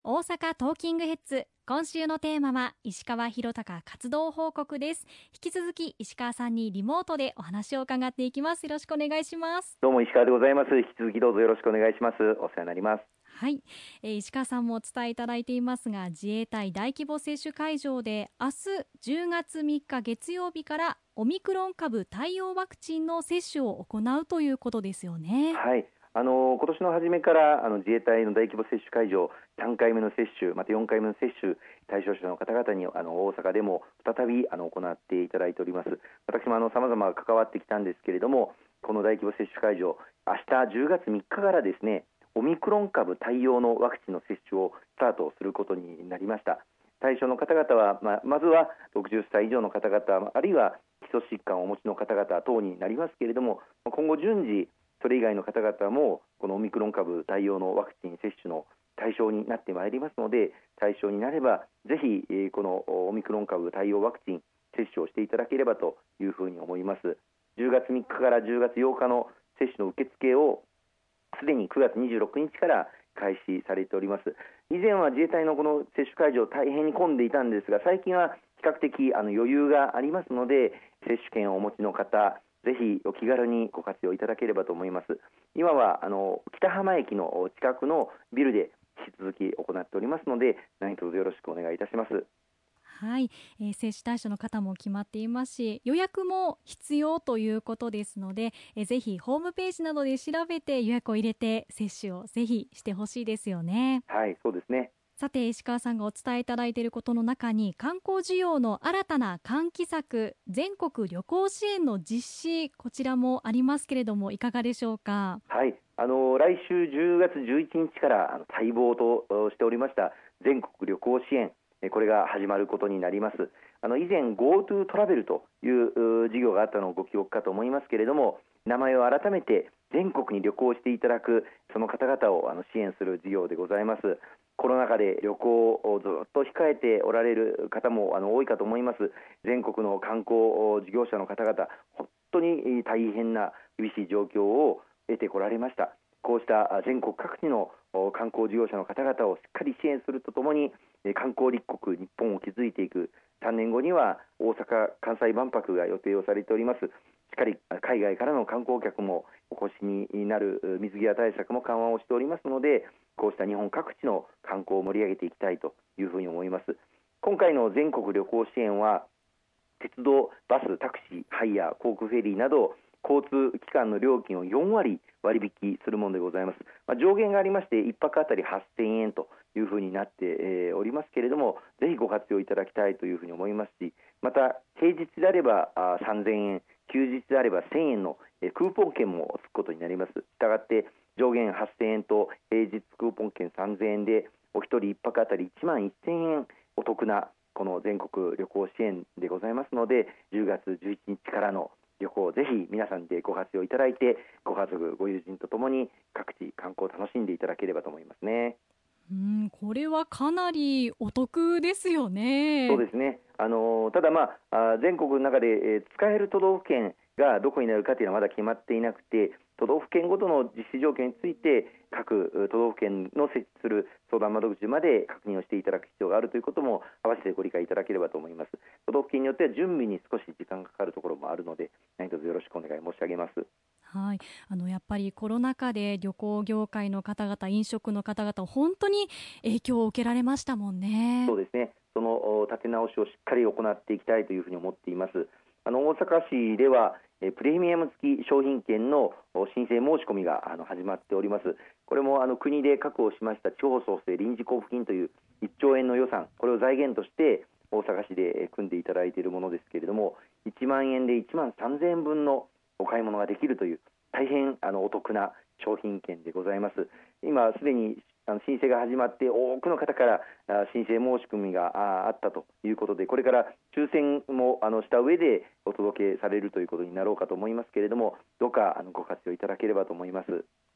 大阪トーキングヘッズ、今週のテーマは石川博隆活動報告です。引き続き石川さんにリモートでお話を伺っていきます。よろしくお願いします。 どうも石川でございます。引き続きどうぞよろしくお願いします。お世話になります。 はい、石川さんもお伝えいただいていますが、自衛隊大規模接種会場で明日10月3日月曜日からオミクロン株対応ワクチンの接種を行うということですよね。 はい、今年の初めから自衛隊の大規模接種会場3回目の接種また4回目の接種対象者の方々に大阪でも再び行っていただいております。私も様々関わってきたんですけれども、この大規模接種会場、明日10月3日からですね、オミクロン株対応のワクチンの接種をスタートすることになりました。対象の方々は、まずは60歳以上の方々、あるいは基礎疾患をお持ちの方々等になりますけれども、今後順次それ以外の方々もこのオミクロン株対応のワクチン接種の対象になってまいりますので、対象になればぜひこのオミクロン株対応ワクチン接種をしていただければというふうに思います。10月3日から10月8日の接種の受付をすでに9月26日から開始されております。以前は自衛隊のこの接種会場大変に混んでいたんですが、最近は比較的余裕がありますので、接種券をお持ちの方、ぜひお気軽にご活用いただければと思います。今は北浜駅の近くのビルで引き続き行っておりますので、何卒よろしくお願いいたします。 はい、接種対象の方も決まっていますし、予約も必要ということですので、ぜひホームページなどで調べて予約を入れて接種をぜひしてほしいですよね。 はい、そうですね。 さて石川さんがお伝えいただいていることの中に、観光需要の新たな喚起策、全国旅行支援の実施、こちらもありますけれどもいかがでしょうか。 はい、来週10月11日から待望としておりました全国旅行支援、これが始まることになります。以前 GoTo トラベルという事業があったのをご記憶かと思いますけれども、名前を改めて全国に旅行していただくその方々を支援する事業でございます。コロナ禍で旅行をずっと控えておられる方も多いかと思います。全国の観光事業者の方々、本当に大変な厳しい状況を得てこられました。こうした全国各地の観光事業者の方々をしっかり支援するとともに、観光立国日本を築いていく。3年後には大阪・関西万博が予定をされております。しっかり海外からの観光客もお越しになる水際対策も緩和をしておりますので、こうした日本各地の観光を盛り上げていきたいというふうに思います。今回の全国旅行支援は鉄道、バス、タクシー、ハイヤー、航空フェリーなど交通機関の料金を4割割引するものでございます。上限がありまして1泊あたり8000円というふうになっておりますけれども、ぜひご活用いただきたいというふうに思いますし、また平日であれば3000円、休日であれば1000円のクーポン券もつくことになります。したがって上限8000円と平日クーポン券3000円でお一人1泊あたり1万1000円お得なこの全国旅行支援でございますので、10月11日からの旅行、ぜひ皆さんでご活用いただいて、ご家族ご友人とともに各地観光を楽しんでいただければと思いますね。 これはかなりお得ですよね。 そうですね。ただ、全国の中で、使える都道府県がどこになるかというのはまだ決まっていなくて、都道府県ごとの実施条件について各都道府県の設置する相談窓口まで確認をしていただく必要があるということも合わせてご理解いただければと思います。都道府県によっては準備に少し時間がかかるところもあるので、何卒よろしくお願い申し上げます。 はい、やっぱりコロナ禍で旅行業界の方々、飲食の方々、本当に影響を受けられましたもんね。 そうですね。その立て直しをしっかり行っていきたいというふうに思っています。大阪市ではプレミアム付き商品券の申請申し込みが始まっております。これも国で確保しました地方創生臨時交付金という1兆円の予算、これを財源として大阪市で組んでいただいているものですけれども、1万円で1万3000円分のお買い物ができるという大変お得な商品券でございます。今すでに申請が始まって多くの方から申請申し込みがあったということで、これから抽選もした上でお届けされるということになろうかと思いますけれども、どうかご活用いただければと思います。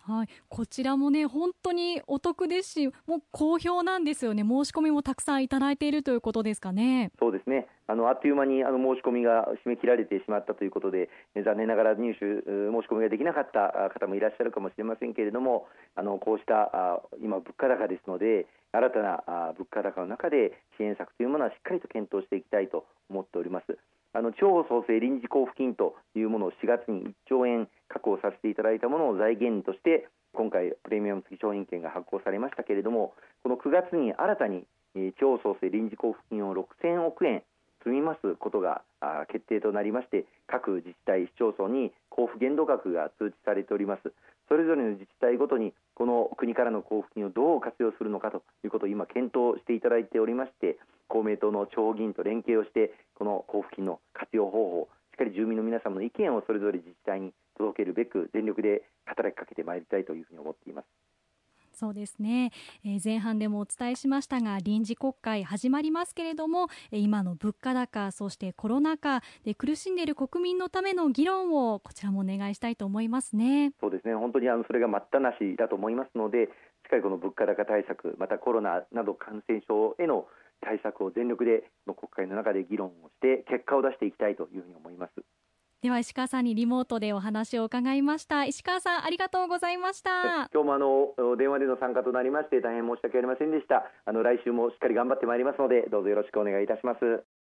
はい、こちらもね本当にお得ですし、もう好評なんですよね。申し込みもたくさんいただいているということですかね。 そうですね。あっという間に申し込みが締め切られてしまったということで、残念ながら申し込みができなかった方もいらっしゃるかもしれませんけれども、こうした今物価高ですので、新たな物価高の中で支援策というものはしっかりと検討していきたいと思っております。地方創生臨時交付金というものを4月に1兆円確保させていただいたものを財源として今回プレミアム付き商品券が発行されましたけれども、この9月に新たに地方創生臨時交付金を6000億円積みますことが決定となりまして、各自治体市町村に交付限度額が通知されております。それぞれの自治体ごとにこの国からの交付金をどう活用するのかということを今検討していただいておりまして、公明党の地方議員と連携をしてこの交付金の活用方法、しっかり住民の皆様の意見をそれぞれ自治体に届けるべく全力で働きかけてまいりたいというふうに思っています。 そうですね、前半でもお伝えしましたが臨時国会始まりますけれども、今の物価高、そしてコロナ禍で苦しんでいる国民のための議論をこちらもお願いしたいと思いますね。 そうですね、本当にそれが待ったなしだと思いますので、しっかりこの物価高対策、またコロナなど感染症への対策を全力で国会の中で議論をして結果を出していきたいというふうに思います。 では石川さんにリモートでお話を伺いました。石川さんありがとうございました。 今日も電話での参加となりまして大変申し訳ありませんでした。来週もしっかり頑張ってまいりますので、どうぞよろしくお願いいたします。